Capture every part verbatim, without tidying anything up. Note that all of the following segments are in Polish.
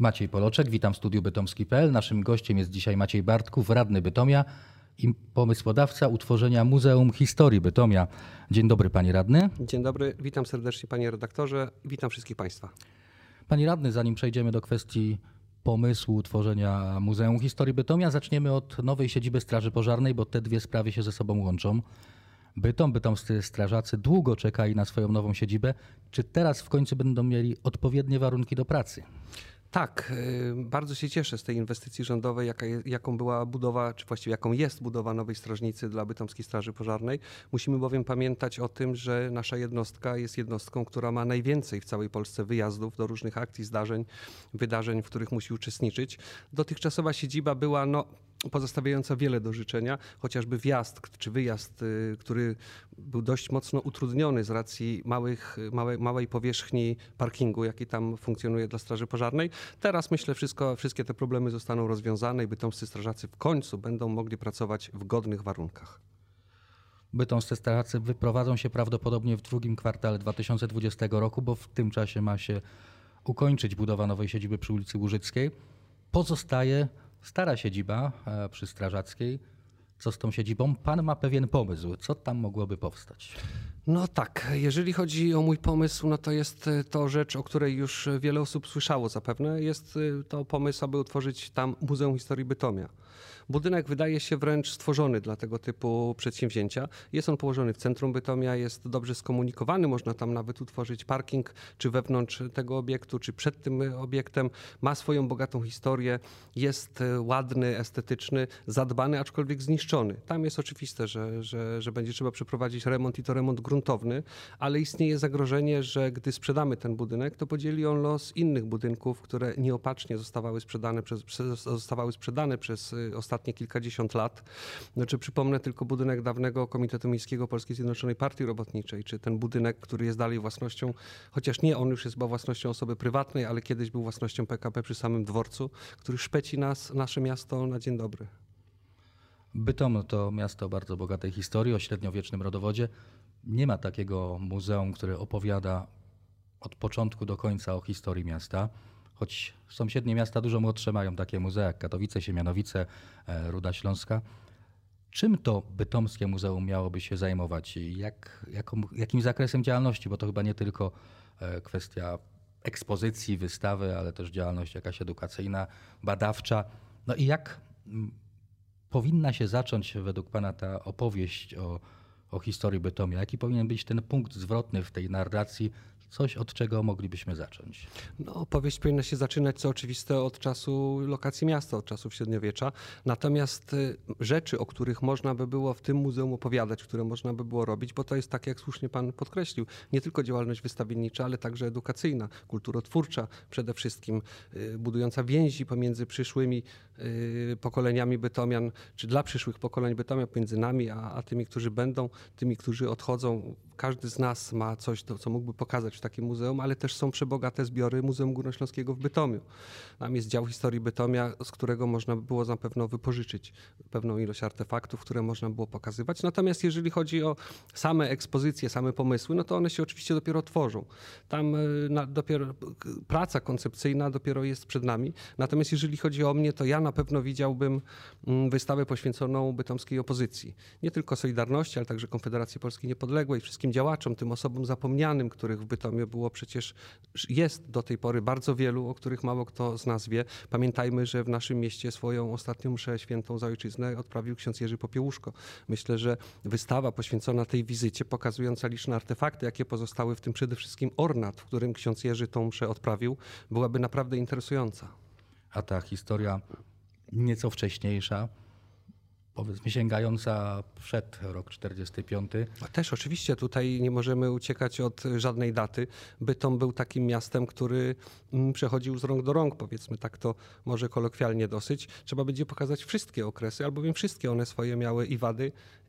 Maciej Poloczek, witam w studiu bytomski kropka p l. Naszym gościem jest dzisiaj Maciej Bartków, radny Bytomia i pomysłodawca utworzenia Muzeum Historii Bytomia. Dzień dobry, panie radny. Dzień dobry, witam serdecznie panie redaktorze, witam wszystkich państwa. Panie radny, zanim przejdziemy do kwestii pomysłu utworzenia Muzeum Historii Bytomia, zaczniemy od nowej siedziby Straży Pożarnej, bo te dwie sprawy się ze sobą łączą. Bytom, bytomscy strażacy długo czekali na swoją nową siedzibę. Czy teraz w końcu będą mieli odpowiednie warunki do pracy? Tak, bardzo się cieszę z tej inwestycji rządowej, jaka, jaką była budowa, czy właściwie jaką jest budowa nowej strażnicy dla Bytomskiej Straży Pożarnej. Musimy bowiem pamiętać o tym, że nasza jednostka jest jednostką, która ma najwięcej w całej Polsce wyjazdów do różnych akcji, zdarzeń, wydarzeń, w których musi uczestniczyć. Dotychczasowa siedziba była no, pozostawiająca wiele do życzenia, chociażby wjazd czy wyjazd, który był dość mocno utrudniony z racji małych, małej, małej powierzchni parkingu, jaki tam funkcjonuje dla Straży Pożarnej. Teraz myślę, wszystko, wszystkie te problemy zostaną rozwiązane i bytomscy strażacy w końcu będą mogli pracować w godnych warunkach. Bytomscy strażacy wyprowadzą się prawdopodobnie w drugim kwartale dwa tysiące dwudziestego roku, bo w tym czasie ma się ukończyć budowa nowej siedziby przy ulicy Łużyckiej. Pozostaje stara siedziba przy Strażackiej. Co z tą siedzibą? Pan ma pewien pomysł. Co tam mogłoby powstać? No tak, jeżeli chodzi o mój pomysł, no to jest to rzecz, o której już wiele osób słyszało zapewne. Jest to pomysł, aby utworzyć tam Muzeum Historii Bytomia. Budynek wydaje się wręcz stworzony dla tego typu przedsięwzięcia. Jest on położony w centrum Bytomia, jest dobrze skomunikowany, można tam nawet utworzyć parking, czy wewnątrz tego obiektu, czy przed tym obiektem. Ma swoją bogatą historię, jest ładny, estetyczny, zadbany, aczkolwiek zniszczony. Tam jest oczywiste, że, że, że będzie trzeba przeprowadzić remont i to remont gruntowny, ale istnieje zagrożenie, że gdy sprzedamy ten budynek, to podzieli on los innych budynków, które nieopatrznie zostawały sprzedane przez, zostawały sprzedane przez ostatnie kilkadziesiąt lat. Znaczy, przypomnę tylko budynek dawnego Komitetu Miejskiego Polskiej Zjednoczonej Partii Robotniczej, czy ten budynek, który jest dalej własnością, chociaż nie, on już jest chyba własnością osoby prywatnej, ale kiedyś był własnością P K P przy samym dworcu, który szpeci nas, nasze miasto na dzień dobry. Bytom to miasto o bardzo bogatej historii, o średniowiecznym rodowodzie. Nie ma takiego muzeum, które opowiada od początku do końca o historii miasta. Choć sąsiednie miasta dużo młodsze mają takie muzea jak Katowice, Siemianowice, Ruda Śląska. Czym to bytomskie muzeum miałoby się zajmować? Jak, jaką, jakim zakresem działalności? Bo to chyba nie tylko kwestia ekspozycji, wystawy, ale też działalność jakaś edukacyjna, badawcza. No i jak powinna się zacząć według pana ta opowieść o, o historii Bytomia? Jaki powinien być ten punkt zwrotny w tej narracji? Coś, od czego moglibyśmy zacząć? No, opowieść powinna się zaczynać, co oczywiste, od czasu lokacji miasta, od czasów średniowiecza. Natomiast rzeczy, o których można by było w tym muzeum opowiadać, które można by było robić, bo to jest tak, jak słusznie pan podkreślił, nie tylko działalność wystawiennicza, ale także edukacyjna, kulturotwórcza przede wszystkim, budująca więzi pomiędzy przyszłymi pokoleniami bytomian, czy dla przyszłych pokoleń Bytomia, pomiędzy nami, a, a tymi, którzy będą, tymi, którzy odchodzą. Każdy z nas ma coś, co mógłby pokazać w takim muzeum, ale też są przebogate zbiory Muzeum Górnośląskiego w Bytomiu. Tam jest dział historii Bytomia, z którego można by było na pewno wypożyczyć pewną ilość artefaktów, które można było pokazywać. Natomiast jeżeli chodzi o same ekspozycje, same pomysły, no to one się oczywiście dopiero tworzą. Tam na, dopiero praca koncepcyjna dopiero jest przed nami. Natomiast jeżeli chodzi o mnie, to ja na pewno widziałbym wystawę poświęconą bytomskiej opozycji. Nie tylko Solidarności, ale także Konfederacji Polskiej Niepodległej, wszystkim działaczom, tym osobom zapomnianym, których w Bytomiu było przecież, jest do tej pory bardzo wielu, o których mało kto z nas wie. Pamiętajmy, że w naszym mieście swoją ostatnią mszę świętą za ojczyznę odprawił ksiądz Jerzy Popiełuszko. Myślę, że wystawa poświęcona tej wizycie, pokazująca liczne artefakty, jakie pozostały, w tym przede wszystkim ornat, w którym ksiądz Jerzy tą mszę odprawił, byłaby naprawdę interesująca. A ta historia nieco wcześniejsza, powiedzmy sięgająca przed rok czterdziesty piąty. A też oczywiście tutaj nie możemy uciekać od żadnej daty. Bytom był takim miastem, który przechodził z rąk do rąk, powiedzmy tak to może kolokwialnie dosyć. Trzeba będzie pokazać wszystkie okresy, albowiem wszystkie one swoje miały i wady,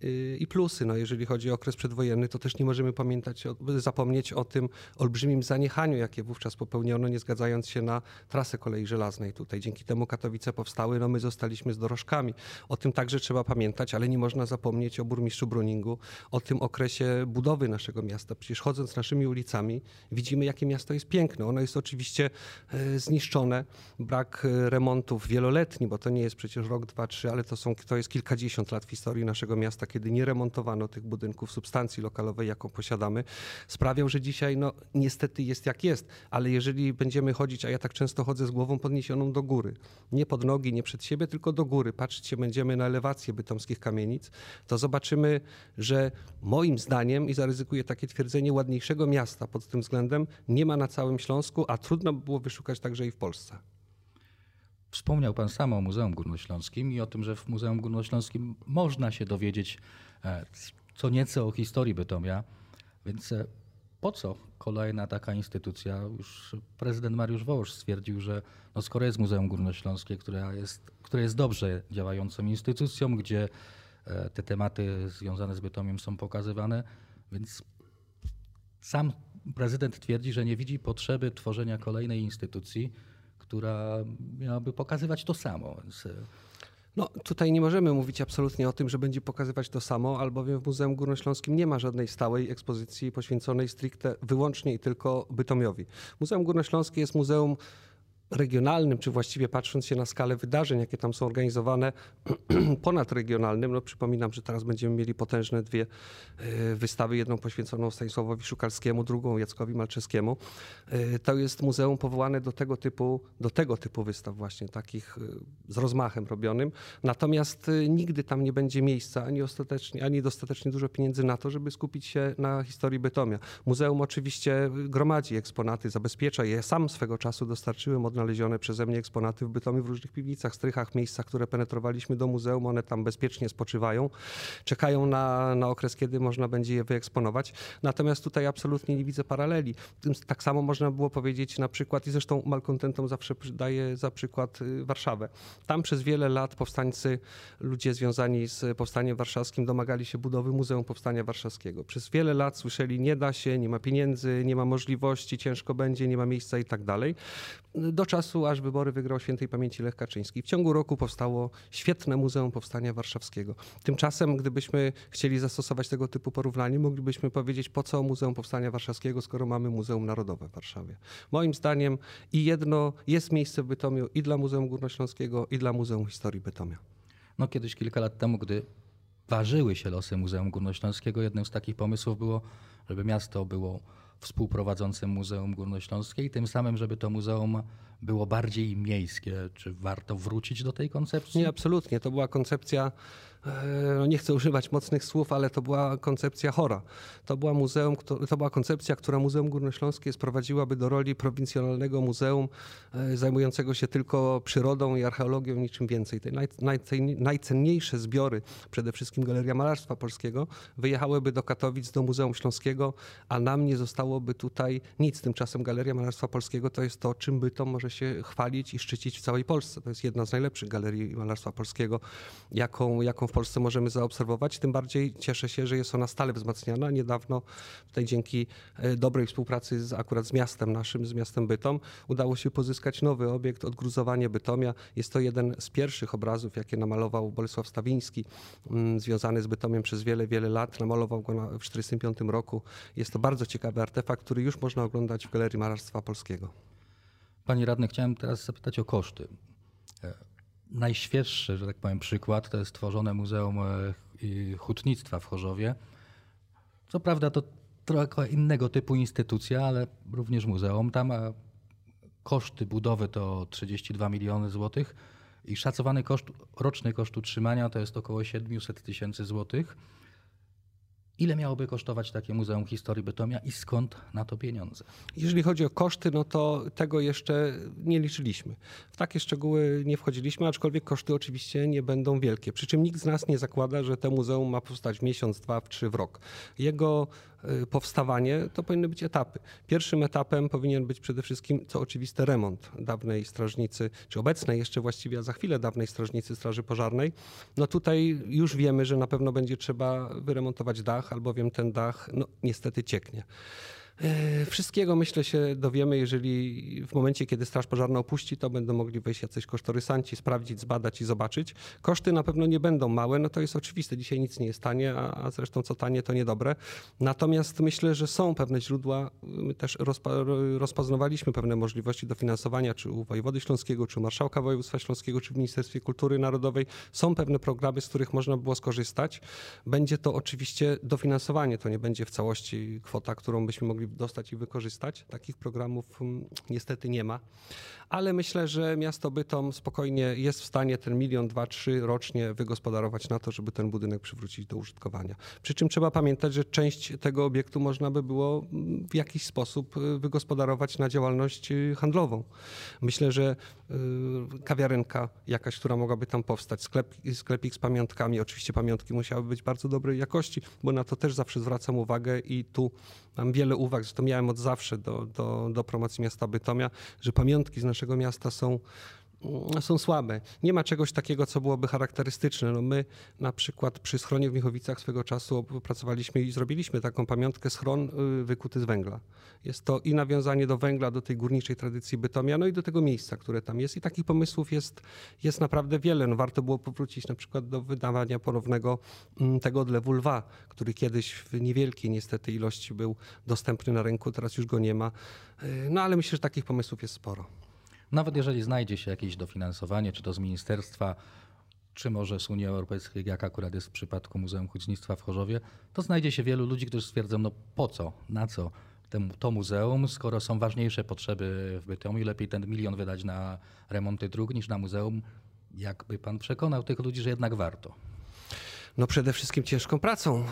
i plusy. No, jeżeli chodzi o okres przedwojenny, to też nie możemy pamiętać, zapomnieć o tym olbrzymim zaniechaniu, jakie wówczas popełniono, nie zgadzając się na trasę kolei żelaznej tutaj. Dzięki temu Katowice powstały, no my zostaliśmy z dorożkami. O tym także trzeba pamiętać, ale nie można zapomnieć o burmistrzu Bruningu, o tym okresie budowy naszego miasta. Przecież chodząc naszymi ulicami widzimy, jakie miasto jest piękne. Ono jest oczywiście zniszczone, brak remontów wieloletni, bo to nie jest przecież rok, dwa, trzy, ale to, są, to jest kilkadziesiąt lat w historii naszego miasta, kiedy nie remontowano tych budynków, substancji lokalowej, jaką posiadamy, sprawiał, że dzisiaj no niestety jest jak jest, ale jeżeli będziemy chodzić, a ja tak często chodzę z głową podniesioną do góry, nie pod nogi, nie przed siebie, tylko do góry, patrzcie, będziemy na elewację bytomskich kamienic, to zobaczymy, że moim zdaniem, i zaryzykuję takie twierdzenie, ładniejszego miasta pod tym względem nie ma na całym Śląsku, a trudno by było wyszukać także i w Polsce. Wspomniał pan sam o Muzeum Górnośląskim i o tym, że w Muzeum Górnośląskim można się dowiedzieć co nieco o historii Bytomia, więc po co kolejna taka instytucja? Już prezydent Mariusz Wołosz stwierdził, że no skoro jest Muzeum Górnośląskie, które jest, które jest dobrze działającą instytucją, gdzie te tematy związane z Bytomiem są pokazywane, więc sam prezydent twierdzi, że nie widzi potrzeby tworzenia kolejnej instytucji, która miałaby pokazywać to samo. Więc... No, tutaj nie możemy mówić absolutnie o tym, że będzie pokazywać to samo, albowiem w Muzeum Górnośląskim nie ma żadnej stałej ekspozycji poświęconej stricte wyłącznie i tylko Bytomiowi. Muzeum Górnośląskie jest muzeum regionalnym, czy właściwie patrząc się na skalę wydarzeń, jakie tam są organizowane, ponadregionalnym. No, przypominam, że teraz będziemy mieli potężne dwie wystawy, jedną poświęconą Stanisławowi Szukalskiemu, drugą Jackowi Malczewskiemu. To jest muzeum powołane do tego typu, do tego typu wystaw właśnie, takich z rozmachem robionym. Natomiast nigdy tam nie będzie miejsca, ani ostatecznie, ani dostatecznie dużo pieniędzy na to, żeby skupić się na historii Bytomia. Muzeum oczywiście gromadzi eksponaty, zabezpiecza je. Ja sam swego czasu dostarczyłem od znalezione przeze mnie eksponaty w Bytomiu w różnych piwnicach, strychach, miejscach, które penetrowaliśmy do muzeum. One tam bezpiecznie spoczywają, czekają na, na okres, kiedy można będzie je wyeksponować. Natomiast tutaj absolutnie nie widzę paraleli. Tak samo można było powiedzieć na przykład, i zresztą malkontentom zawsze daję za przykład Warszawę. Tam przez wiele lat powstańcy, ludzie związani z Powstaniem Warszawskim domagali się budowy Muzeum Powstania Warszawskiego. Przez wiele lat słyszeli, nie da się, nie ma pieniędzy, nie ma możliwości, ciężko będzie, nie ma miejsca i tak dalej. Do czasu, aż wybory wygrał świętej pamięci Lech Kaczyński. W ciągu roku powstało świetne Muzeum Powstania Warszawskiego. Tymczasem, gdybyśmy chcieli zastosować tego typu porównanie, moglibyśmy powiedzieć, po co Muzeum Powstania Warszawskiego, skoro mamy Muzeum Narodowe w Warszawie. Moim zdaniem i jedno jest miejsce w Bytomiu i dla Muzeum Górnośląskiego, i dla Muzeum Historii Bytomia. No kiedyś, kilka lat temu, gdy ważyły się losy Muzeum Górnośląskiego, jednym z takich pomysłów było, żeby miasto było współprowadzącym Muzeum Górnośląskie i tym samym, żeby to muzeum było bardziej miejskie. Czy warto wrócić do tej koncepcji? Nie, absolutnie. To była koncepcja, no nie chcę używać mocnych słów, ale to była koncepcja chora. To była, muzeum, to była koncepcja, która Muzeum Górnośląskie sprowadziłaby do roli prowincjonalnego muzeum zajmującego się tylko przyrodą i archeologią, niczym więcej. Te naj, naj, najcenniejsze zbiory, przede wszystkim Galeria Malarstwa Polskiego, wyjechałyby do Katowic, do Muzeum Śląskiego, a nam nie zostałoby tutaj nic. Tymczasem Galeria Malarstwa Polskiego to jest to, czym Bytom może się chwalić i szczycić w całej Polsce. To jest jedna z najlepszych galerii malarstwa polskiego, jaką, jaką w Polsce możemy zaobserwować. Tym bardziej cieszę się, że jest ona stale wzmacniana. Niedawno tutaj dzięki dobrej współpracy z, akurat z miastem naszym, z miastem Bytom, udało się pozyskać nowy obiekt, odgruzowanie Bytomia. Jest to jeden z pierwszych obrazów, jakie namalował Bolesław Stawiński, mm, związany z Bytomiem przez wiele, wiele lat. Namalował go na, w tysiąc dziewięćset czterdziestym piątym roku. Jest to bardzo ciekawy artefakt, który już można oglądać w Galerii Malarstwa Polskiego. Panie radny, chciałem teraz zapytać o koszty. Najświeższy, że tak powiem, przykład to jest tworzone Muzeum Hutnictwa w Chorzowie. Co prawda to trochę innego typu instytucja, ale również muzeum. Tam koszty budowy to trzydzieści dwa miliony złotych i szacowany koszt, roczny koszt utrzymania to jest około siedemset tysięcy złotych. Ile miałoby kosztować takie Muzeum Historii Bytomia i skąd na to pieniądze? Jeżeli chodzi o koszty, no to tego jeszcze nie liczyliśmy. W takie szczegóły nie wchodziliśmy, aczkolwiek koszty oczywiście nie będą wielkie. Przy czym nikt z nas nie zakłada, że to muzeum ma powstać w miesiąc, dwa, trzy w rok. Jego powstawanie, to powinny być etapy. Pierwszym etapem powinien być przede wszystkim, co oczywiste, remont dawnej strażnicy, czy obecnej jeszcze właściwie, a za chwilę dawnej strażnicy Straży Pożarnej. No tutaj już wiemy, że na pewno będzie trzeba wyremontować dach, albowiem ten dach no, niestety cieknie. Wszystkiego, myślę, się dowiemy, jeżeli w momencie, kiedy Straż Pożarna opuści, to będą mogli wejść jacyś kosztorysanci, sprawdzić, zbadać i zobaczyć. Koszty na pewno nie będą małe, no to jest oczywiste. Dzisiaj nic nie jest tanie, a, a zresztą co tanie, to niedobre. Natomiast myślę, że są pewne źródła. My też rozpa- rozpoznawaliśmy pewne możliwości dofinansowania, czy u wojewody śląskiego, czy u marszałka województwa śląskiego, czy w Ministerstwie Kultury Narodowej. Są pewne programy, z których można było skorzystać. Będzie to oczywiście dofinansowanie, to nie będzie w całości kwota, którą byśmy mogli dostać i wykorzystać. Takich programów niestety nie ma, ale myślę, że miasto Bytom spokojnie jest w stanie ten milion, dwa, trzy rocznie wygospodarować na to, żeby ten budynek przywrócić do użytkowania. Przy czym trzeba pamiętać, że część tego obiektu można by było w jakiś sposób wygospodarować na działalność handlową. Myślę, że kawiarenka jakaś, która mogłaby tam powstać, sklep, sklepik z pamiątkami. Oczywiście pamiątki musiały być bardzo dobrej jakości, bo na to też zawsze zwracam uwagę i tu mam wiele uwag, zresztą miałem od zawsze do, do, do promocji miasta Bytomia, że pamiątki z naszego miasta są są słabe. Nie ma czegoś takiego, co byłoby charakterystyczne. No my na przykład przy schronie w Miechowicach swego czasu opracowaliśmy i zrobiliśmy taką pamiątkę, schron wykuty z węgla. Jest to i nawiązanie do węgla, do tej górniczej tradycji Bytomia, no i do tego miejsca, które tam jest. I takich pomysłów jest, jest naprawdę wiele. No warto było powrócić na przykład do wydawania ponownego tego odlewu lwa, który kiedyś w niewielkiej niestety ilości był dostępny na rynku, teraz już go nie ma. No ale myślę, że takich pomysłów jest sporo. Nawet jeżeli znajdzie się jakieś dofinansowanie, czy to z ministerstwa, czy może z Unii Europejskiej, jak akurat jest w przypadku Muzeum Hutnictwa w Chorzowie, to znajdzie się wielu ludzi, którzy stwierdzą, no po co, na co temu, to muzeum, skoro są ważniejsze potrzeby w Bytomiu, lepiej ten milion wydać na remonty dróg niż na muzeum. Jakby pan przekonał tych ludzi, że jednak warto? No przede wszystkim ciężką pracą,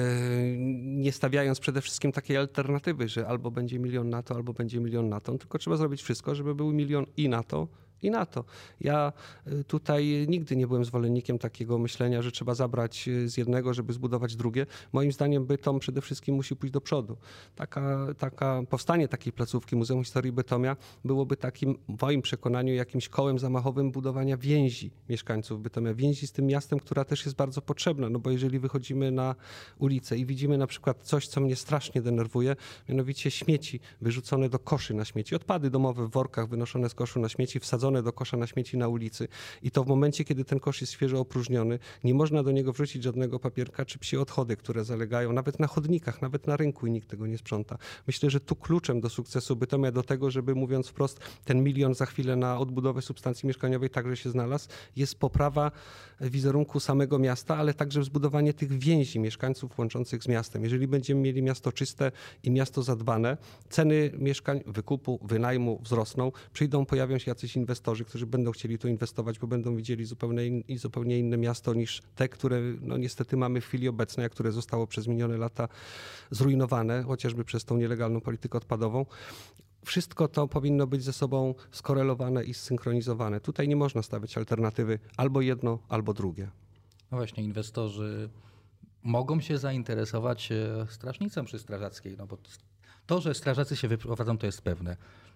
nie stawiając przede wszystkim takiej alternatywy, że albo będzie milion na to, albo będzie milion na to, tylko trzeba zrobić wszystko, żeby był milion i na to, i na to. Ja tutaj nigdy nie byłem zwolennikiem takiego myślenia, że trzeba zabrać z jednego, żeby zbudować drugie. Moim zdaniem Bytom przede wszystkim musi pójść do przodu. Taka, taka, powstanie takiej placówki Muzeum Historii Bytomia byłoby takim, w moim przekonaniu, jakimś kołem zamachowym budowania więzi mieszkańców Bytomia. Więzi z tym miastem, która też jest bardzo potrzebna, no bo jeżeli wychodzimy na ulicę i widzimy na przykład coś, co mnie strasznie denerwuje, mianowicie śmieci wyrzucone do koszy na śmieci, odpady domowe w workach wynoszone z koszu na śmieci, wsadzone do kosza na śmieci na ulicy i to w momencie, kiedy ten kosz jest świeżo opróżniony, nie można do niego wrzucić żadnego papierka czy psie odchody, które zalegają nawet na chodnikach, nawet na rynku i nikt tego nie sprząta. Myślę, że tu kluczem do sukcesu Bytomia, do tego, żeby mówiąc wprost, ten milion za chwilę na odbudowę substancji mieszkaniowej także się znalazł, jest poprawa wizerunku samego miasta, ale także zbudowanie tych więzi mieszkańców łączących z miastem. Jeżeli będziemy mieli miasto czyste i miasto zadbane, ceny mieszkań, wykupu, wynajmu wzrosną, przyjdą, pojawią się jacyś inwestorzy, którzy będą chcieli tu inwestować, bo będą widzieli zupełnie, in, zupełnie inne miasto niż te, które no niestety mamy w chwili obecnej, a które zostało przez minione lata zrujnowane, chociażby przez tą nielegalną politykę odpadową. Wszystko to powinno być ze sobą skorelowane i zsynchronizowane. Tutaj nie można stawiać alternatywy albo jedno, albo drugie. No właśnie, inwestorzy mogą się zainteresować strażnicą przystrażackiej, no bo to, że strażacy się wyprowadzą, to jest pewne.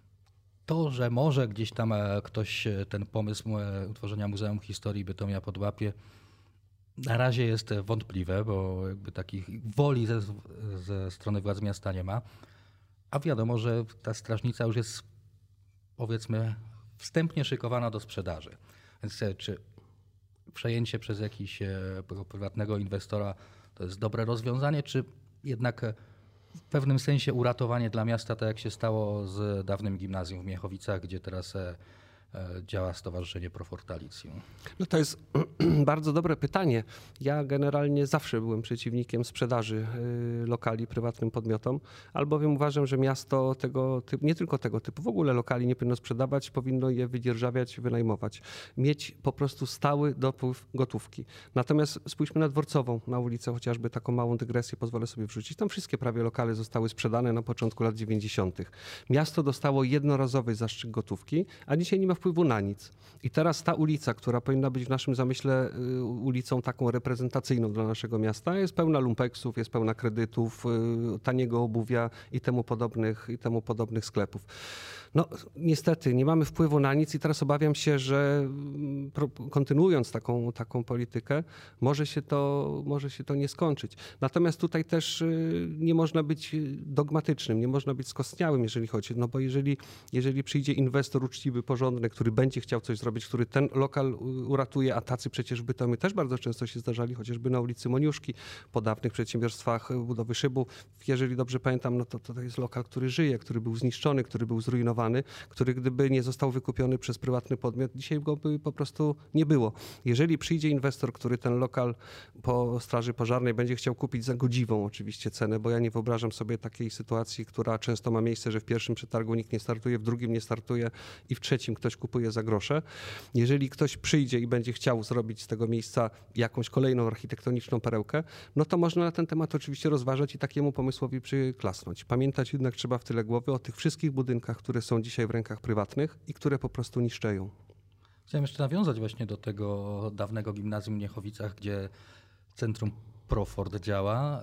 To, że może gdzieś tam ktoś ten pomysł utworzenia Muzeum Historii Bytomia podłapie, na razie jest wątpliwe, bo jakby takich woli ze, ze strony władz miasta nie ma. A wiadomo, że ta strażnica już jest, powiedzmy, wstępnie szykowana do sprzedaży. Więc czy przejęcie przez jakiś prywatnego inwestora to jest dobre rozwiązanie, czy jednak w pewnym sensie uratowanie dla miasta, tak jak się stało z dawnym gimnazjum w Miechowicach, gdzie teraz działa Stowarzyszenie Pro Fortalicjum? No to jest bardzo dobre pytanie. Ja generalnie zawsze byłem przeciwnikiem sprzedaży lokali prywatnym podmiotom, albowiem uważam, że miasto tego typu, nie tylko tego typu, w ogóle lokali nie powinno sprzedawać, powinno je wydzierżawiać, wynajmować. Mieć po prostu stały dopływ gotówki. Natomiast spójrzmy na Dworcową, na ulicę chociażby, taką małą dygresję pozwolę sobie wrzucić. Tam wszystkie prawie lokale zostały sprzedane na początku lat dziewięćdziesiątych. Miasto dostało jednorazowy zastrzyk gotówki, a dzisiaj nie ma wpływu wpływu na nic. I teraz ta ulica, która powinna być w naszym zamyśle ulicą taką reprezentacyjną dla naszego miasta, jest pełna lumpeksów, jest pełna kredytów, taniego obuwia i temu podobnych, i temu podobnych sklepów. No niestety nie mamy wpływu na nic i teraz obawiam się, że kontynuując taką, taką politykę, może się, to, może się to nie skończyć. Natomiast tutaj też nie można być dogmatycznym, nie można być skostniałym, jeżeli chodzi, no bo jeżeli, jeżeli przyjdzie inwestor uczciwy, porządny, który będzie chciał coś zrobić, który ten lokal uratuje, a tacy przecież w Bytomiu też bardzo często się zdarzali, chociażby na ulicy Moniuszki, po dawnych przedsiębiorstwach budowy szybu. Jeżeli dobrze pamiętam, no to, to jest lokal, który żyje, który był zniszczony, który był zrujnowany, który gdyby nie został wykupiony przez prywatny podmiot, dzisiaj go by po prostu nie było. Jeżeli przyjdzie inwestor, który ten lokal po straży pożarnej będzie chciał kupić za godziwą oczywiście cenę, bo ja nie wyobrażam sobie takiej sytuacji, która często ma miejsce, że w pierwszym przetargu nikt nie startuje, w drugim nie startuje i w trzecim ktoś kupuje za grosze. Jeżeli ktoś przyjdzie i będzie chciał zrobić z tego miejsca jakąś kolejną architektoniczną perełkę, no to można na ten temat oczywiście rozważać i takiemu pomysłowi przyklasnąć. Pamiętać jednak trzeba w tyle głowy o tych wszystkich budynkach, które są dzisiaj w rękach prywatnych i które po prostu niszczeją. Chciałem jeszcze nawiązać właśnie do tego dawnego gimnazjum w Miechowicach, gdzie Centrum Profort działa.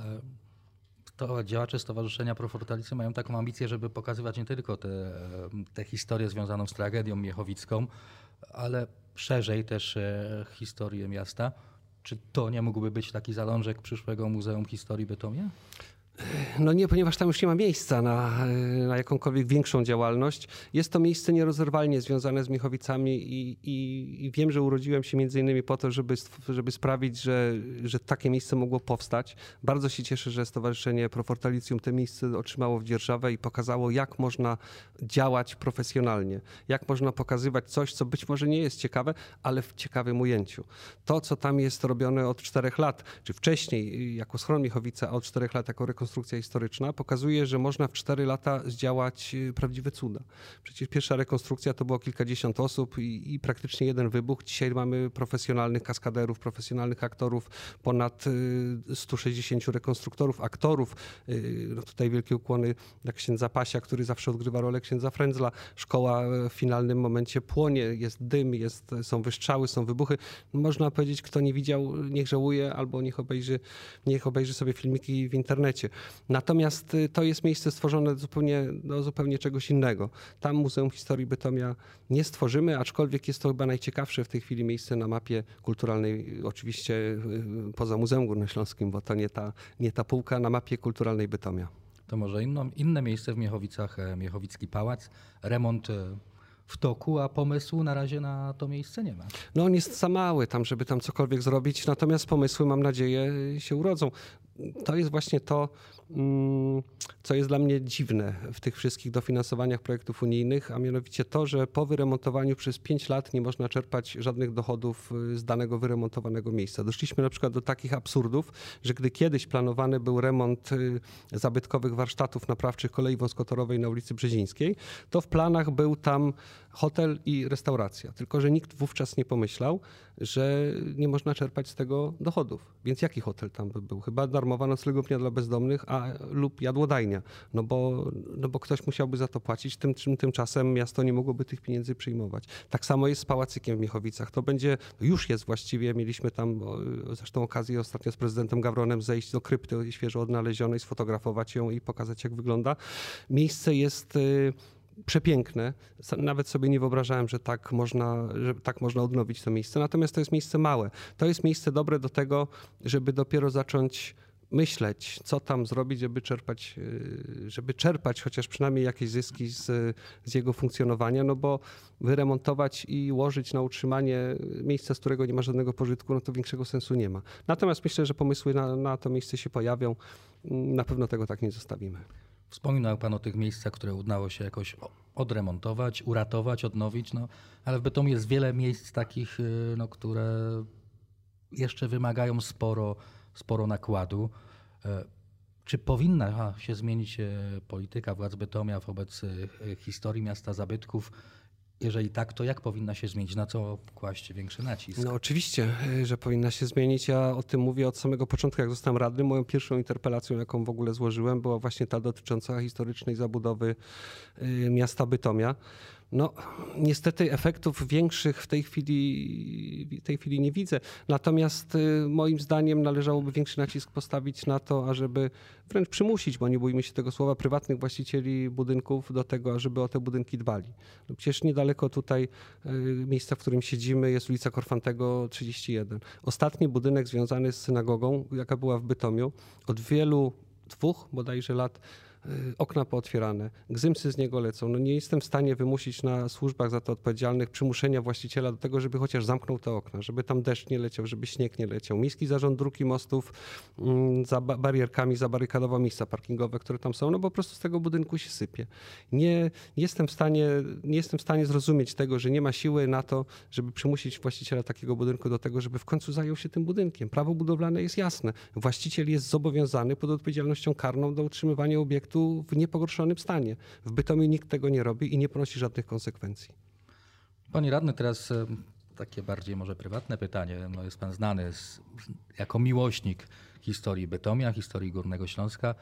To działacze Stowarzyszenia Profortalicy mają taką ambicję, żeby pokazywać nie tylko tę te, te historię związaną z tragedią miechowicką, ale szerzej też historię miasta. Czy to nie mógłby być taki zalążek przyszłego Muzeum Historii Bytomia? No nie, ponieważ tam już nie ma miejsca na, na jakąkolwiek większą działalność. Jest to miejsce nierozerwalnie związane z Miechowicami i, i, i wiem, że urodziłem się między innymi po to, żeby, żeby sprawić, że, że takie miejsce mogło powstać. Bardzo się cieszę, że Stowarzyszenie Profortalicjum te miejsce otrzymało w dzierżawę i pokazało, jak można działać profesjonalnie. Jak można pokazywać coś, co być może nie jest ciekawe, ale w ciekawym ujęciu. To, co tam jest robione od czterech lat, czy wcześniej jako schron Miechowice, a od czterech lat jako rekonstrukcja historyczna, pokazuje, że można w cztery lata zdziałać prawdziwe cuda. Przecież pierwsza rekonstrukcja to było kilkadziesiąt osób i, i praktycznie jeden wybuch. Dzisiaj mamy profesjonalnych kaskaderów, profesjonalnych aktorów, ponad stu sześćdziesięciu rekonstruktorów, aktorów. No tutaj wielkie ukłony dla księdza Pasia, który zawsze odgrywa rolę księdza Frędzla. Szkoła w finalnym momencie płonie, jest dym, jest, są wystrzały, są wybuchy. Można powiedzieć, kto nie widział, niech żałuje, albo niech obejrzy, niech obejrzy sobie filmiki w internecie. Natomiast to jest miejsce stworzone zupełnie do zupełnie czegoś innego. Tam Muzeum Historii Bytomia nie stworzymy, aczkolwiek jest to chyba najciekawsze w tej chwili miejsce na mapie kulturalnej, oczywiście poza Muzeum Górnośląskim, bo to nie ta, nie ta półka na mapie kulturalnej Bytomia. To może inno, inne miejsce w Miechowicach, Miechowicki Pałac, remont w toku, a pomysłu na razie na to miejsce nie ma. No on jest za mały tam, żeby tam cokolwiek zrobić, natomiast pomysły, mam nadzieję, się urodzą. To jest właśnie to, co jest dla mnie dziwne w tych wszystkich dofinansowaniach projektów unijnych, a mianowicie to, że po wyremontowaniu przez pięć lat nie można czerpać żadnych dochodów z danego wyremontowanego miejsca. Doszliśmy na przykład do takich absurdów, że gdy kiedyś planowany był remont zabytkowych warsztatów naprawczych kolei wąskotorowej na ulicy Brzezińskiej, to w planach był tam hotel i restauracja. Tylko że nikt wówczas nie pomyślał, że nie można czerpać z tego dochodów. Więc jaki hotel tam by był? Chyba darmowa noclegownia dla bezdomnych, a lub jadłodajnia. No bo, no bo ktoś musiałby za to płacić, tym, tymczasem miasto nie mogłoby tych pieniędzy przyjmować. Tak samo jest z Pałacykiem w Miechowicach. To będzie, już jest właściwie, mieliśmy tam zresztą okazję ostatnio z prezydentem Gawronem zejść do krypty świeżo odnalezionej, sfotografować ją i pokazać, jak wygląda. Miejsce jest przepiękne. Nawet sobie nie wyobrażałem, że tak można, że tak można odnowić to miejsce. Natomiast to jest miejsce małe. To jest miejsce dobre do tego, żeby dopiero zacząć myśleć, co tam zrobić, żeby czerpać, żeby czerpać chociaż przynajmniej jakieś zyski z, z jego funkcjonowania, no bo wyremontować i łożyć na utrzymanie miejsca, z którego nie ma żadnego pożytku, no to większego sensu nie ma. Natomiast myślę, że pomysły na, na to miejsce się pojawią. Na pewno tego tak nie zostawimy. Wspominał pan o tych miejscach, które udało się jakoś odremontować, uratować, odnowić, no, ale w Bytomiu jest wiele miejsc takich, no, które jeszcze wymagają sporo, sporo nakładu. Czy powinna się zmienić polityka władz Bytomia wobec historii miasta zabytków? Jeżeli tak, to jak powinna się zmienić? Na co kłaść większy nacisk? No oczywiście, że powinna się zmienić. Ja o tym mówię od samego początku, jak zostałem radnym. Moją pierwszą interpelacją, jaką w ogóle złożyłem, była właśnie ta dotycząca historycznej zabudowy miasta Bytomia. No, niestety efektów większych w tej chwili, w tej chwili nie widzę. Natomiast y, moim zdaniem należałoby większy nacisk postawić na to, ażeby wręcz przymusić, bo nie bójmy się tego słowa, prywatnych właścicieli budynków do tego, ażeby o te budynki dbali. No przecież niedaleko tutaj y, miejsca, w którym siedzimy, jest ulica Korfantego trzydzieści jeden. Ostatni budynek związany z synagogą, jaka była w Bytomiu, od wielu, dwóch bodajże lat, okna pootwierane, gzymsy z niego lecą. No nie jestem w stanie wymusić na służbach za to odpowiedzialnych przymuszenia właściciela do tego, żeby chociaż zamknął te okna, żeby tam deszcz nie leciał, żeby śnieg nie leciał. Miejski Zarząd Dróg i Mostów mm, za barierkami zabarykadował miejsca parkingowe, które tam są, no bo po prostu z tego budynku się sypie. Nie, nie, jestem w stanie, nie jestem w stanie zrozumieć tego, że nie ma siły na to, żeby przymusić właściciela takiego budynku do tego, żeby w końcu zajął się tym budynkiem. Prawo budowlane jest jasne. Właściciel jest zobowiązany pod odpowiedzialnością karną do utrzymywania obiektu w niepogorszonym stanie. W Bytomiu nikt tego nie robi i nie ponosi żadnych konsekwencji. Panie radny, teraz takie bardziej może prywatne pytanie. No jest pan znany z, jako miłośnik historii Bytomia, historii Górnego Śląska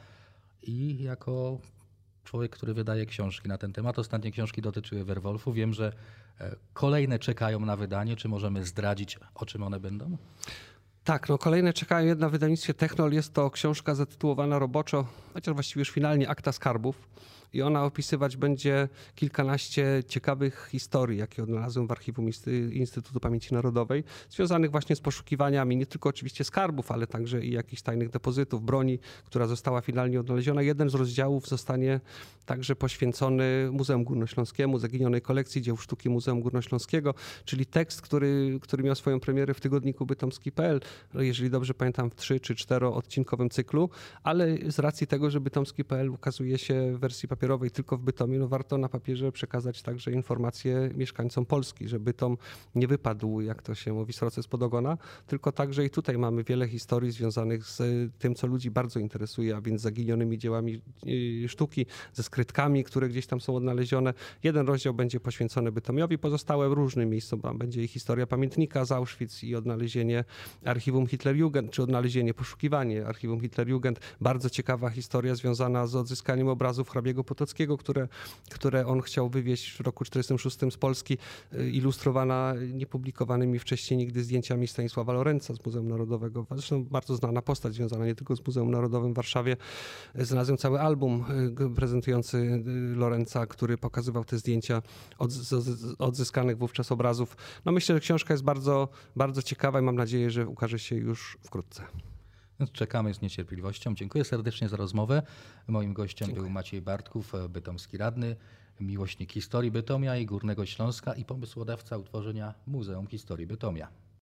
i jako człowiek, który wydaje książki na ten temat. Ostatnie książki dotyczyły Werwolfu. Wiem, że kolejne czekają na wydanie. Czy możemy zdradzić, o czym one będą? Tak, no kolejne czekają. Jedna w wydawnictwie Technol. Jest to książka zatytułowana roboczo, chociaż właściwie już finalnie Akta Skarbów. I ona opisywać będzie kilkanaście ciekawych historii, jakie odnalazłem w archiwum Instytutu Pamięci Narodowej, związanych właśnie z poszukiwaniami nie tylko oczywiście skarbów, ale także i jakichś tajnych depozytów, broni, która została finalnie odnaleziona. Jeden z rozdziałów zostanie także poświęcony Muzeum Górnośląskiemu, zaginionej kolekcji dzieł sztuki Muzeum Górnośląskiego, czyli tekst, który, który miał swoją premierę w tygodniku bytomski kropka p l, jeżeli dobrze pamiętam, w trzy czy czteroodcinkowym cyklu, ale z racji tego, że bytomski kropka p l ukazuje się w wersji papierowej tylko w Bytomiu, no warto na papierze przekazać także informacje mieszkańcom Polski, że Bytom nie wypadł, jak to się mówi, sroce spod ogona, tylko także i tutaj mamy wiele historii związanych z tym, co ludzi bardzo interesuje, a więc zaginionymi dziełami sztuki, ze skrytkami, które gdzieś tam są odnalezione. Jeden rozdział będzie poświęcony Bytomiowi, pozostałe różnym miejscom. Będzie i historia pamiętnika z Auschwitz i odnalezienie archiwum Hitlerjugend, czy odnalezienie, poszukiwanie archiwum Hitlerjugend. Bardzo ciekawa historia związana z odzyskaniem obrazów hrabiego Potockiego, które, które on chciał wywieźć w roku tysiąc dziewięćset czterdziestym szóstym z Polski, ilustrowana niepublikowanymi wcześniej nigdy zdjęciami Stanisława Lorenca z Muzeum Narodowego. Zresztą bardzo znana postać związana nie tylko z Muzeum Narodowym w Warszawie. Znalazłem cały album prezentujący Lorenca, który pokazywał te zdjęcia odzyskanych wówczas obrazów. No myślę, że książka jest bardzo, bardzo ciekawa i mam nadzieję, że ukaże się już wkrótce. Czekamy z niecierpliwością. Dziękuję serdecznie za rozmowę. Moim gościem Dziękuję. był Maciej Bartków, bytomski radny, miłośnik historii Bytomia i Górnego Śląska i pomysłodawca utworzenia Muzeum Historii Bytomia.